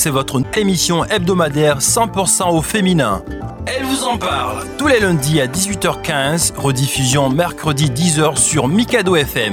c'est votre émission hebdomadaire 100% au féminin. Elle vous en parle tous les lundis à 18h15, rediffusion mercredi 10h sur Mikado FM.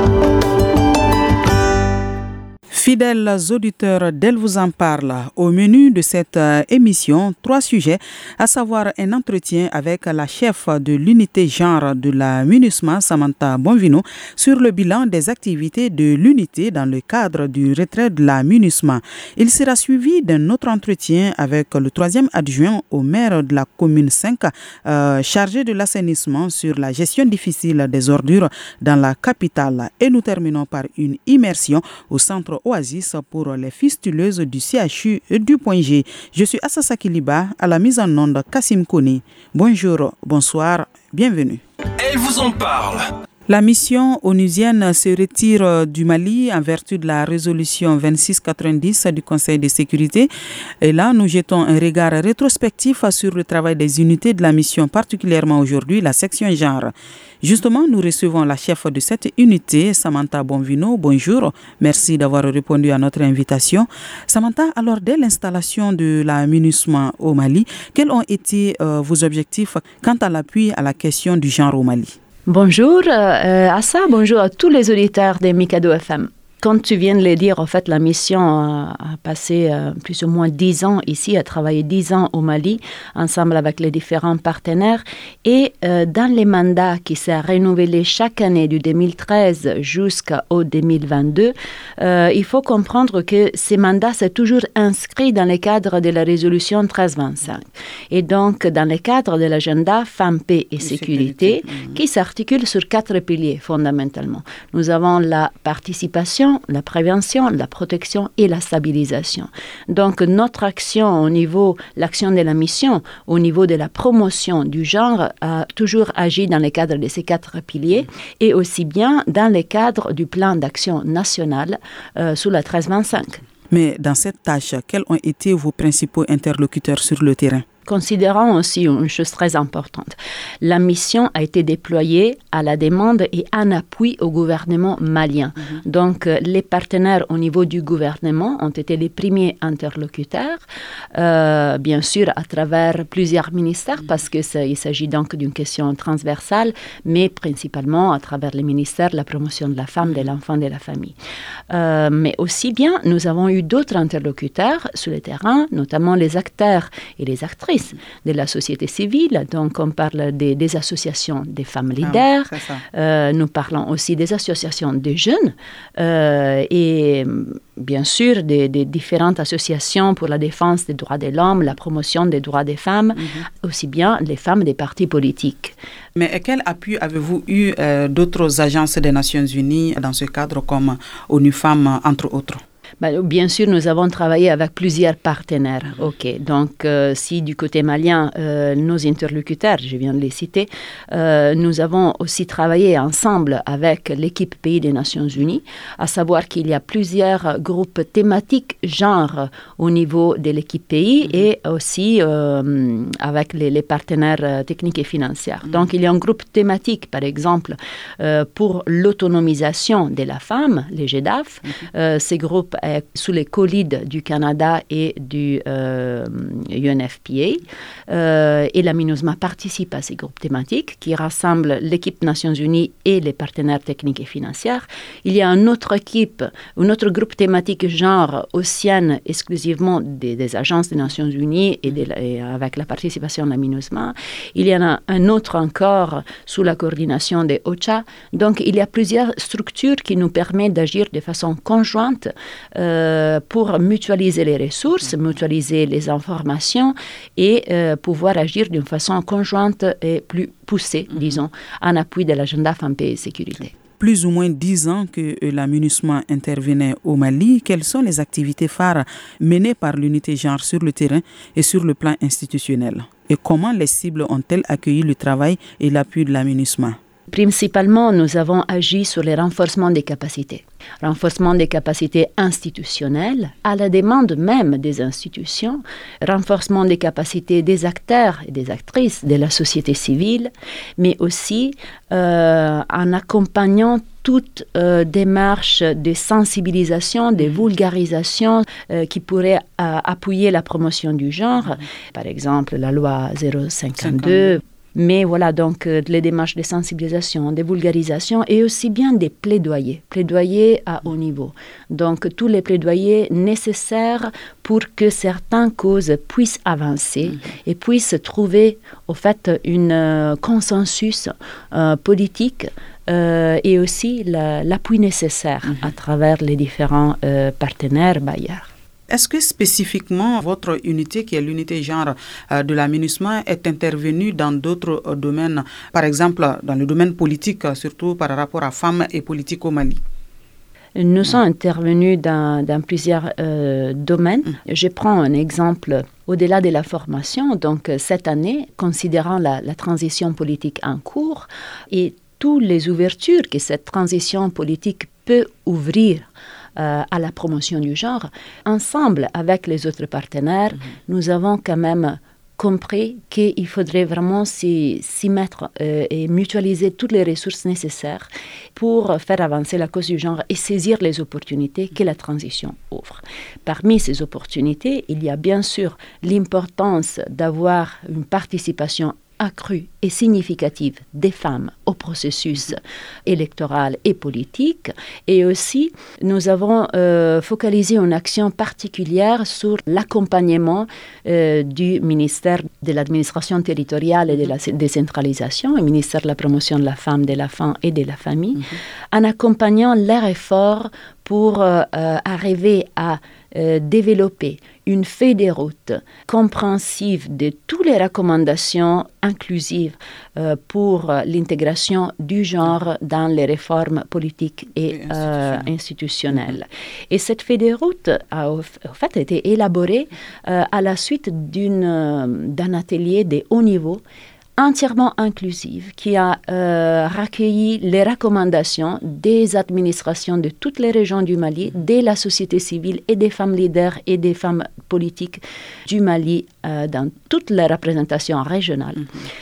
Fidèles auditeurs d'Elle vous en parle. Au menu de cette émission, 3 sujets, à savoir un entretien avec la chef de l'unité genre de la MINUSMA, Samantha Bonvino, sur le bilan des activités de l'unité dans le cadre du retrait de la MINUSMA. Il sera suivi d'un autre entretien avec le 3e adjoint au maire de la commune 5, chargé de l'assainissement sur la gestion difficile des ordures dans la capitale. Et nous terminons par une immersion au centre Oasis pour les fistuleuses du CHU du Point G. Je suis Assassa Kiliba, à la mise en onde Kassim Kone. Bonjour, bonsoir, bienvenue. Elle vous en parle. La mission onusienne se retire du Mali en vertu de la résolution 2690 du Conseil de sécurité. Et là, nous jetons un regard rétrospectif sur le travail des unités de la mission, particulièrement aujourd'hui la section genre. Justement, nous recevons la chef de cette unité, Samantha Bonvino. Bonjour, merci d'avoir répondu à notre invitation. Samantha, alors dès l'installation de la MINUSMA au Mali, quels ont été vos objectifs quant à l'appui à la question du genre au Mali? Bonjour Assa, bonjour à tous les auditeurs de Mikado FM. Comme tu viens de le dire, en fait, la mission a passé plus ou moins 10 ans ici, a travaillé 10 ans au Mali, ensemble avec les différents partenaires. Et dans les mandats qui s'est renouvelé chaque année du 2013 jusqu'au 2022, il faut comprendre que ces mandats sont toujours inscrits dans le cadre de la résolution 1325. Et donc, dans le cadre de l'agenda Femmes, Paix et Sécurité, qui s'articule sur 4 piliers fondamentalement. Nous avons la participation, la prévention, la protection et la stabilisation. Donc, notre action l'action de la mission, au niveau de la promotion du genre, a toujours agi dans le cadre de ces 4 piliers et aussi bien dans le cadre du plan d'action national sous la 1325. Mais dans cette tâche, quels ont été vos principaux interlocuteurs sur le terrain? Considérons aussi une chose très importante. La mission a été déployée à la demande et en appui au gouvernement malien. Donc, les partenaires au niveau du gouvernement ont été les premiers interlocuteurs, bien sûr à travers plusieurs ministères, parce qu'il s'agit donc d'une question transversale, mais principalement à travers les ministères de la promotion de la femme, de l'enfant, de la famille. Mais aussi bien, nous avons eu d'autres interlocuteurs sur le terrain, notamment les acteurs et les actrices de la société civile. Donc, on parle des associations des femmes leaders. Nous parlons aussi des associations des jeunes et bien sûr des différentes associations pour la défense des droits de l'homme, la promotion des droits des femmes, aussi bien les femmes des partis politiques. Mais quel appui avez-vous eu d'autres agences des Nations Unies dans ce cadre comme ONU Femmes, entre autres? Bien sûr, nous avons travaillé avec plusieurs partenaires. Donc, si du côté malien, nos interlocuteurs, je viens de les citer, nous avons aussi travaillé ensemble avec l'équipe pays des Nations Unies, à savoir qu'il y a plusieurs groupes thématiques genre au niveau de l'équipe pays et aussi avec les partenaires techniques et financiers. Donc, il y a un groupe thématique, par exemple, pour l'autonomisation de la femme, les GEDAF. Ces groupes sous les collides du Canada et du UNFPA. Et la MINUSMA participe à ces groupes thématiques qui rassemblent l'équipe Nations Unies et les partenaires techniques et financiers. Il y a un autre groupe thématique genre océane exclusivement des agences des Nations Unies et avec la participation de la MINUSMA. Il y en a un autre encore sous la coordination des OCHA. Donc, il y a plusieurs structures qui nous permettent d'agir de façon conjointe pour mutualiser les ressources, mutualiser les informations et pouvoir agir d'une façon conjointe et plus poussée, disons, en appui de l'agenda Femmes, Paix et Sécurité. Plus ou moins 10 ans que la MINUSMA intervenait au Mali, quelles sont les activités phares menées par l'unité genre sur le terrain et sur le plan institutionnel? Et comment les cibles ont-elles accueilli le travail et l'appui de la MINUSMA? Principalement, nous avons agi sur le renforcement des capacités. Renforcement des capacités institutionnelles, à la demande même des institutions, renforcement des capacités des acteurs et des actrices de la société civile, mais aussi en accompagnant toute démarche de sensibilisation, de vulgarisation qui pourrait appuyer la promotion du genre. Par exemple, la loi 052. Mais voilà, donc les démarches de sensibilisation, de vulgarisation et aussi bien des plaidoyers à haut niveau. Donc tous les plaidoyers nécessaires pour que certaines causes puissent avancer et puissent trouver au fait un consensus politique et aussi l'appui nécessaire à travers les différents partenaires bailleurs. Est-ce que spécifiquement votre unité, qui est l'unité genre de la MINUSMA, est intervenue dans d'autres domaines, par exemple dans le domaine politique, surtout par rapport à femmes et politique au Mali? Nous sommes intervenus dans plusieurs domaines. Je prends un exemple au-delà de la formation. Donc cette année, considérant la transition politique en cours et toutes les ouvertures que cette transition politique peut ouvrir à la promotion du genre, ensemble avec les autres partenaires, nous avons quand même compris qu'il faudrait vraiment s'y mettre et mutualiser toutes les ressources nécessaires pour faire avancer la cause du genre et saisir les opportunités que la transition ouvre. Parmi ces opportunités, il y a bien sûr l'importance d'avoir une participation accrue et significative des femmes au processus électoral et politique. Et aussi, nous avons focalisé une action particulière sur l'accompagnement du ministère de l'administration territoriale et de la décentralisation, le ministère de la promotion de la femme, de l'enfant et de la famille, en accompagnant leurs efforts pour arriver à développer une feuille de route compréhensive de toutes les recommandations inclusives pour l'intégration du genre dans les réformes politiques et institutionnelles. Et cette feuille de route a en fait été élaborée à la suite d'un atelier de haut niveau entièrement inclusive, qui a recueilli les recommandations des administrations de toutes les régions du Mali, de la société civile et des femmes leaders et des femmes politiques du Mali dans toutes les représentations régionales.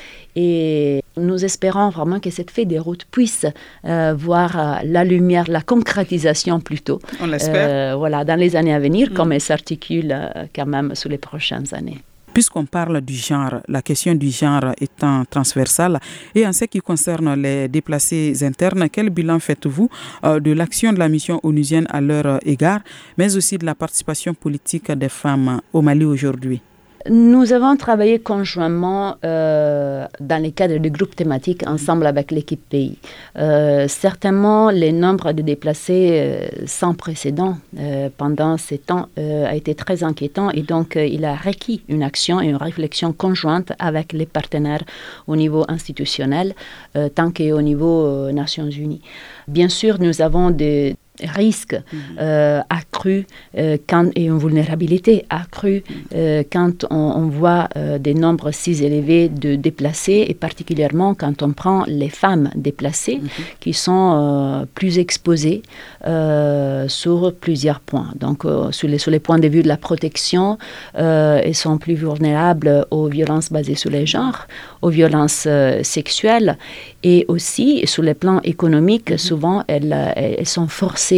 Et nous espérons vraiment que cette feuille de route puisse voir la lumière, la concrétisation plutôt. On l'espère. Voilà, dans les années à venir, comme elle s'articule quand même sur les prochaines années. Puisqu'on parle du genre, la question du genre étant transversale, et en ce qui concerne les déplacés internes, quel bilan faites-vous de l'action de la mission onusienne à leur égard, mais aussi de la participation politique des femmes au Mali aujourd'hui? Nous avons travaillé conjointement dans le cadre de groupes thématiques ensemble avec l'équipe pays. Certainement, le nombre de déplacés sans précédent pendant ces temps a été très inquiétant et donc il a requis une action et une réflexion conjointe avec les partenaires au niveau institutionnel tant qu'au niveau Nations Unies. Bien sûr, nous avons des risques accrus et une vulnérabilité accrue quand on voit des nombres si élevés de déplacés et particulièrement quand on prend les femmes déplacées qui sont plus exposées sur plusieurs points. Donc sur les points de vue de la protection, elles sont plus vulnérables aux violences basées sur les genres, aux violences sexuelles et aussi sur les plans économiques, souvent elles sont forcées,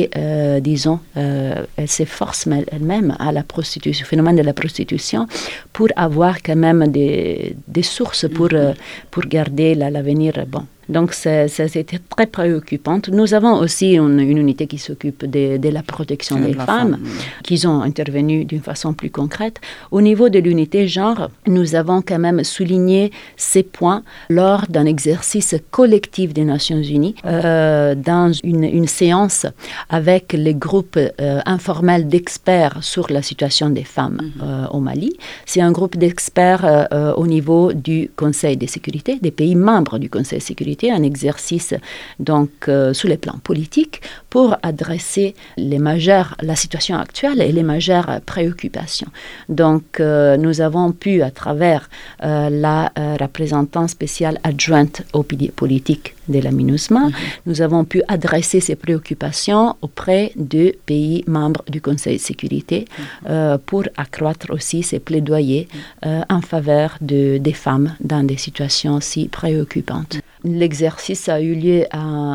elles s'efforcent elles-mêmes à la prostitution, au phénomène de la prostitution, pour avoir quand même des sources pour garder l'avenir bon. Donc, c'était très préoccupant. Nous avons aussi une unité qui s'occupe de la protection des femmes, qui ont intervenu d'une façon plus concrète. Au niveau de l'unité genre, nous avons quand même souligné ces points lors d'un exercice collectif des Nations Unies, dans une séance avec les groupes informels d'experts sur la situation des femmes au Mali. C'est un groupe d'experts au niveau du Conseil de sécurité, des pays membres du Conseil de sécurité, un exercice donc sur les plans politiques pour adresser la situation actuelle et les majeures préoccupations. Donc nous avons pu, à travers la représentante spéciale adjointe aux politiques de la MINUSMA, nous avons pu adresser ces préoccupations auprès des pays membres du Conseil de sécurité pour accroître aussi ces plaidoyers en faveur des femmes dans des situations si préoccupantes. L'exercice a eu lieu en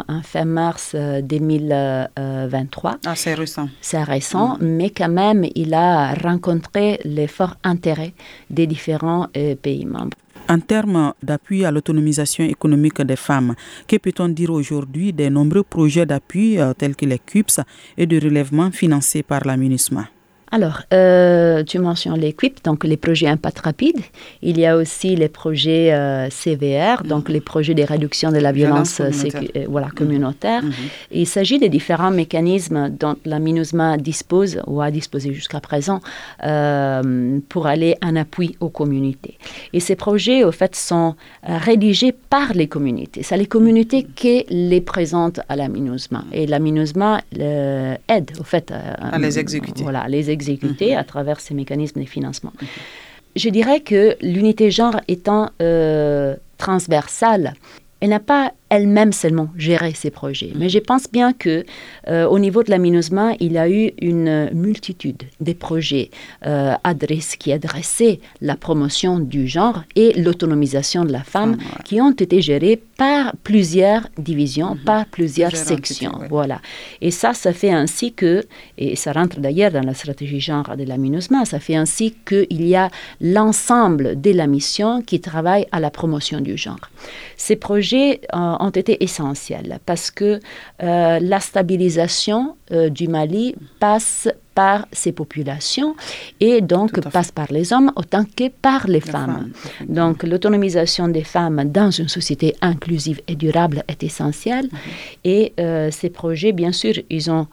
en fin mars 2023. Ah, c'est récent. C'est récent, mais quand même, il a rencontré les forts intérêts des différents pays membres. En termes d'appui à l'autonomisation économique des femmes, que peut-on dire aujourd'hui des nombreux projets d'appui tels que les CUPS et de relèvement financés par la MINUSMA? Alors, tu mentionnes les QUIP, donc les projets Impact Rapide. Il y a aussi les projets CVR, donc les projets de réduction de la violence communautaire. Il s'agit des différents mécanismes dont la MINUSMA dispose ou a disposé jusqu'à présent pour aller en appui aux communautés. Et ces projets, au fait, sont rédigés par les communautés. C'est les communautés qui les présentent à la MINUSMA. Et la MINUSMA aide, au fait, à les exécuter. Voilà, les exécuter à travers ces mécanismes de financement. Je dirais que l'unité genre étant transversale, elle n'a pas elle-même seulement géré ces projets. Mais je pense bien que au niveau de la MINUSMA, il y a eu une multitude de projets qui adressaient la promotion du genre et l'autonomisation de la femme qui ont été gérés par plusieurs divisions, par plusieurs sections. Entités, Voilà. Et ça fait ainsi que, et ça rentre d'ailleurs dans la stratégie genre de la MINUSMA, ça fait ainsi qu'il y a l'ensemble de la mission qui travaille à la promotion du genre. Ces projets ont été essentiels parce que la stabilisation du Mali passe par ces populations et donc passe par les hommes autant que par les femmes. Donc l'autonomisation des femmes dans une société inclusive et durable est essentielle et ces projets, bien sûr, ils ont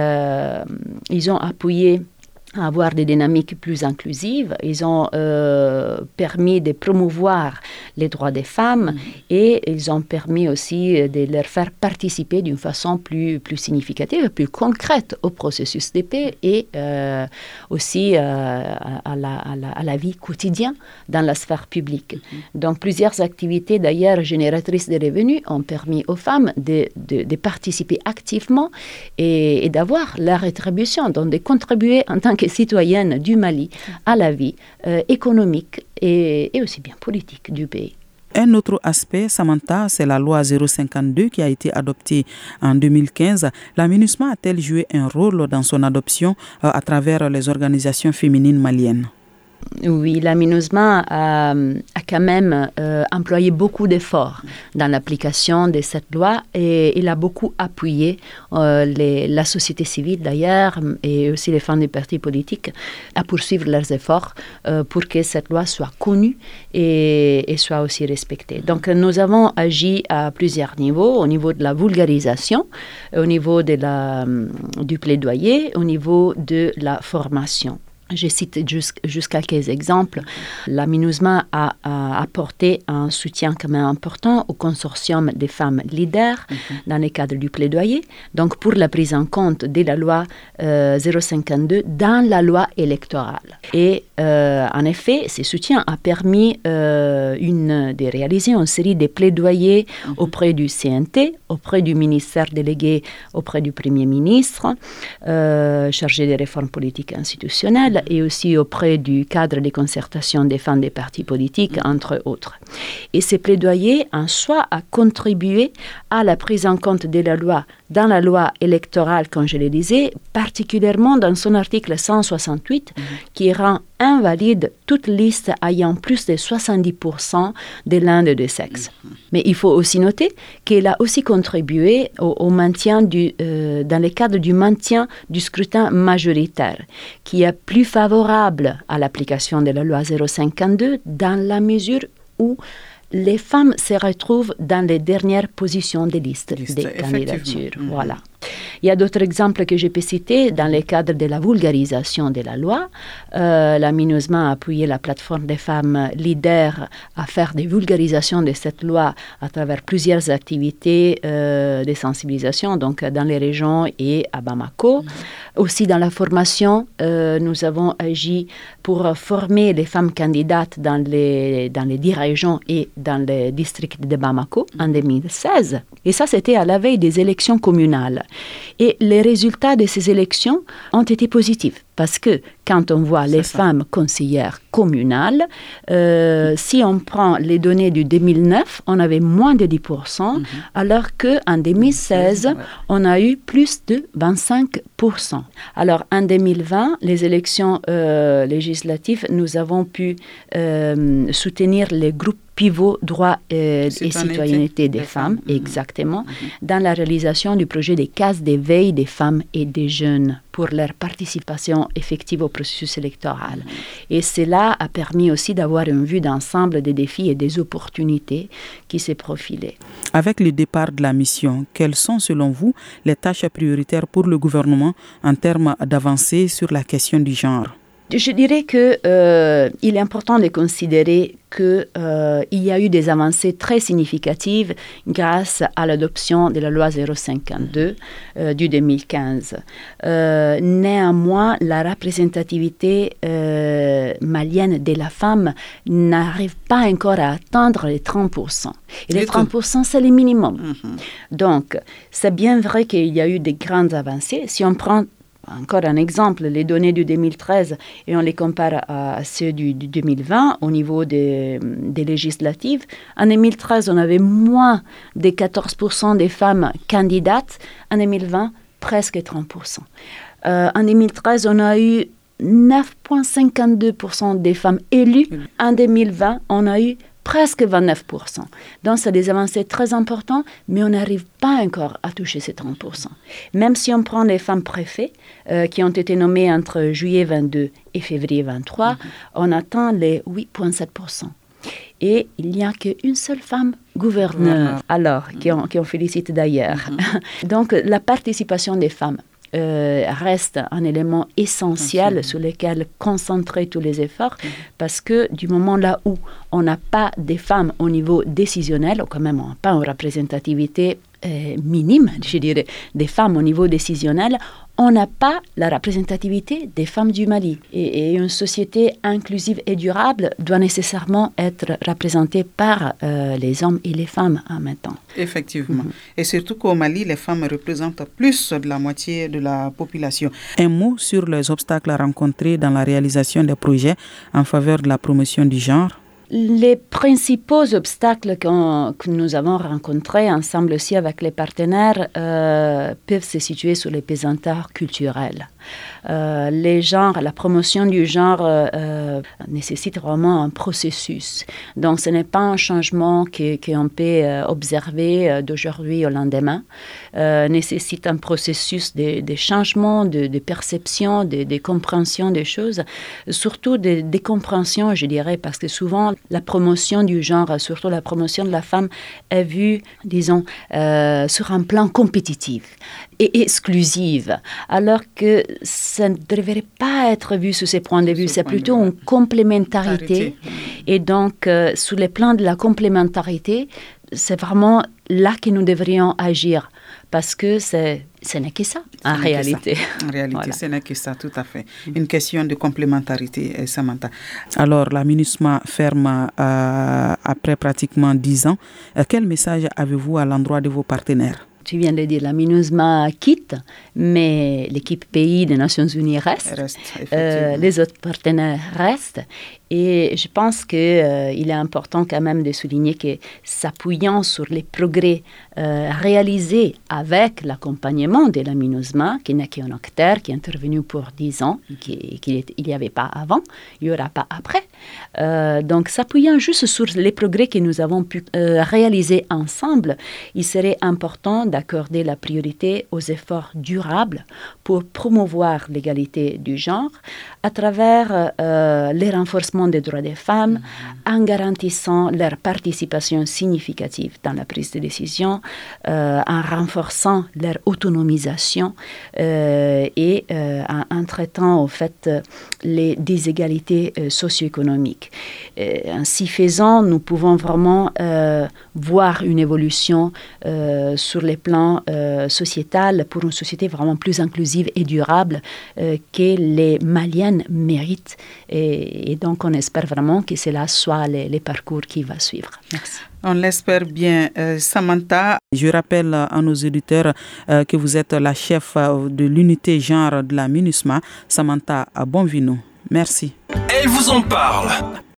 appuyé à avoir des dynamiques plus inclusives. Ils ont permis de promouvoir les droits des femmes et ils ont permis aussi de leur faire participer d'une façon plus significative, plus concrète au processus de paix et aussi à la vie quotidienne dans la sphère publique. Donc plusieurs activités d'ailleurs génératrices de revenus ont permis aux femmes de participer activement et d'avoir la rétribution, donc de contribuer en tant que citoyenne du Mali à la vie économique et aussi bien politique du pays. Un autre aspect, Samantha, c'est la loi 052 qui a été adoptée en 2015. La MINUSMA a-t-elle joué un rôle dans son adoption à travers les organisations féminines maliennes? Oui, la MINUSMA a quand même employé beaucoup d'efforts dans l'application de cette loi et il a beaucoup appuyé la société civile d'ailleurs et aussi les femmes des partis politiques à poursuivre leurs efforts pour que cette loi soit connue et soit aussi respectée. Donc nous avons agi à plusieurs niveaux, au niveau de la vulgarisation, au niveau du plaidoyer, au niveau de la formation. Je cite juste quelques exemples. La MINUSMA a apporté un soutien quand même important au consortium des femmes leaders dans le cadre du plaidoyer, donc pour la prise en compte de la loi 052 dans la loi électorale. Et en effet, ce soutien a permis de réaliser une série de plaidoyers auprès du CNT, auprès du ministère délégué, auprès du Premier ministre, chargé des réformes politiques institutionnelles, et aussi auprès du cadre de concertation des femmes des partis politiques, entre autres. Et ces plaidoyers, en soi, a contribué à la prise en compte de la loi dans la loi électorale, comme je le disais, particulièrement dans son article 168, qui rend invalide toute liste ayant plus de 70% de l'un des deux sexes. Mais il faut aussi noter qu'elle a aussi contribué au maintien dans le cadre du maintien du scrutin majoritaire, qui est plus favorable à l'application de la loi 052 dans la mesure où les femmes se retrouvent dans les dernières positions des listes des candidatures. Voilà. Il y a d'autres exemples que je peux citer dans le cadre de la vulgarisation de la loi. La MINUSMA a appuyé la plateforme des femmes leaders à faire des vulgarisations de cette loi à travers plusieurs activités de sensibilisation, donc dans les régions et à Bamako. Aussi dans la formation, nous avons agi pour former les femmes candidates dans les 10 régions et dans les districts de Bamako en 2016. Et ça, c'était à la veille des élections communales. Et les résultats de ces élections ont été positifs. Parce que quand on voit les femmes conseillères communales, si on prend les données du 2009, on avait moins de 10%, alors qu'en 2016, on a eu plus de 25%. Alors en 2020, les élections législatives, nous avons pu soutenir les groupes pivot droits et citoyenneté des femmes, exactement, dans la réalisation du projet des cases d'éveil des femmes et des jeunes pour leur participation effective au processus électoral. Et cela a permis aussi d'avoir une vue d'ensemble des défis et des opportunités qui s'est profilée. Avec le départ de la mission, quelles sont selon vous les tâches prioritaires pour le gouvernement en termes d'avancées sur la question du genre? Je dirais qu'il est important de considérer qu'il y a eu des avancées très significatives grâce à l'adoption de la loi 052 du 2015. Néanmoins, la représentativité malienne de la femme n'arrive pas encore à atteindre les 30%. Et les 30%, c'est le minimum. Donc, c'est bien vrai qu'il y a eu des grandes avancées. Si on prend encore un exemple, les données du 2013 et on les compare à ceux du 2020 au niveau des législatives. En 2013, on avait moins de 14% des femmes candidates. En 2020, presque 30%. En 2013, on a eu 9,52% des femmes élues. En 2020, on a eu presque 29%. Donc, c'est des avancées très importantes, mais on n'arrive pas encore à toucher ces 30%. Même si on prend les femmes préfets qui ont été nommées entre juillet 22 et février 23, on atteint les 8,7%. Et il n'y a qu'une seule femme gouverneure, alors, qui on félicite d'ailleurs. Donc, la participation des femmes reste un élément essentiel sur lequel concentrer tous les efforts, parce que du moment là où on n'a pas des femmes au niveau décisionnel, ou quand même on n'a pas une représentativité minime, je dirais, des femmes au niveau décisionnel, on n'a pas la représentativité des femmes du Mali. Et une société inclusive et durable doit nécessairement être représentée par les hommes et les femmes en même temps. Effectivement. Et surtout qu'au Mali, les femmes représentent plus de la moitié de la population. Un mot sur les obstacles rencontrés dans la réalisation des projets en faveur de la promotion du genre. Les principaux obstacles que nous avons rencontrés ensemble aussi avec les partenaires peuvent se situer sur les pesanteurs culturels. Les genres, la promotion du genre nécessite vraiment un processus. Donc, ce n'est pas un changement qu'on peut observer d'aujourd'hui au lendemain. Nécessite un processus de changement, de perception, de compréhension des choses, surtout de compréhension, je dirais, parce que souvent, la promotion du genre, surtout la promotion de la femme, est vue, disons, sur un plan compétitif et exclusive, alors que ça ne devrait pas être vu sous ces points de vue. C'est plutôt une complémentarité. Et donc, sous le plan de la complémentarité, c'est vraiment là que nous devrions agir, parce que ce n'est que ça, en réalité. En réalité, voilà. Ce n'est que ça, tout à fait. Une question de complémentarité, Samantha. Alors, la MINUSMA ferme après pratiquement 10 ans. Quel message avez-vous à l'endroit de vos partenaires? Tu viens de dire, la MINUSMA quitte, mais l'équipe pays des Nations Unies reste. Les autres partenaires restent. Et je pense qu'il est important quand même de souligner que s'appuyant sur les progrès réalisés avec l'accompagnement de la MINUSMA, qui n'est qu'un acteur qui est intervenu pour 10 ans, qu'il n'y avait pas avant, il n'y aura pas après. Donc, s'appuyant juste sur les progrès que nous avons pu réaliser ensemble, il serait important d'accorder la priorité aux efforts durables pour promouvoir l'égalité du genre à travers les renforcements des droits des femmes, en garantissant leur participation significative dans la prise de décision, en renforçant leur autonomisation et en traitant, au fait, les inégalités socio-économiques. Ainsi faisant, nous pouvons vraiment voir une évolution sur les plans sociétal pour une société vraiment plus inclusive et durable que les Maliennes méritent. Et donc, on espère vraiment que cela soit les parcours qui vont suivre. Merci. On l'espère bien. Samantha, je rappelle à nos auditeurs que vous êtes la chef de l'unité genre de la MINUSMA. Samantha Bonvino, merci. Elle vous en parle.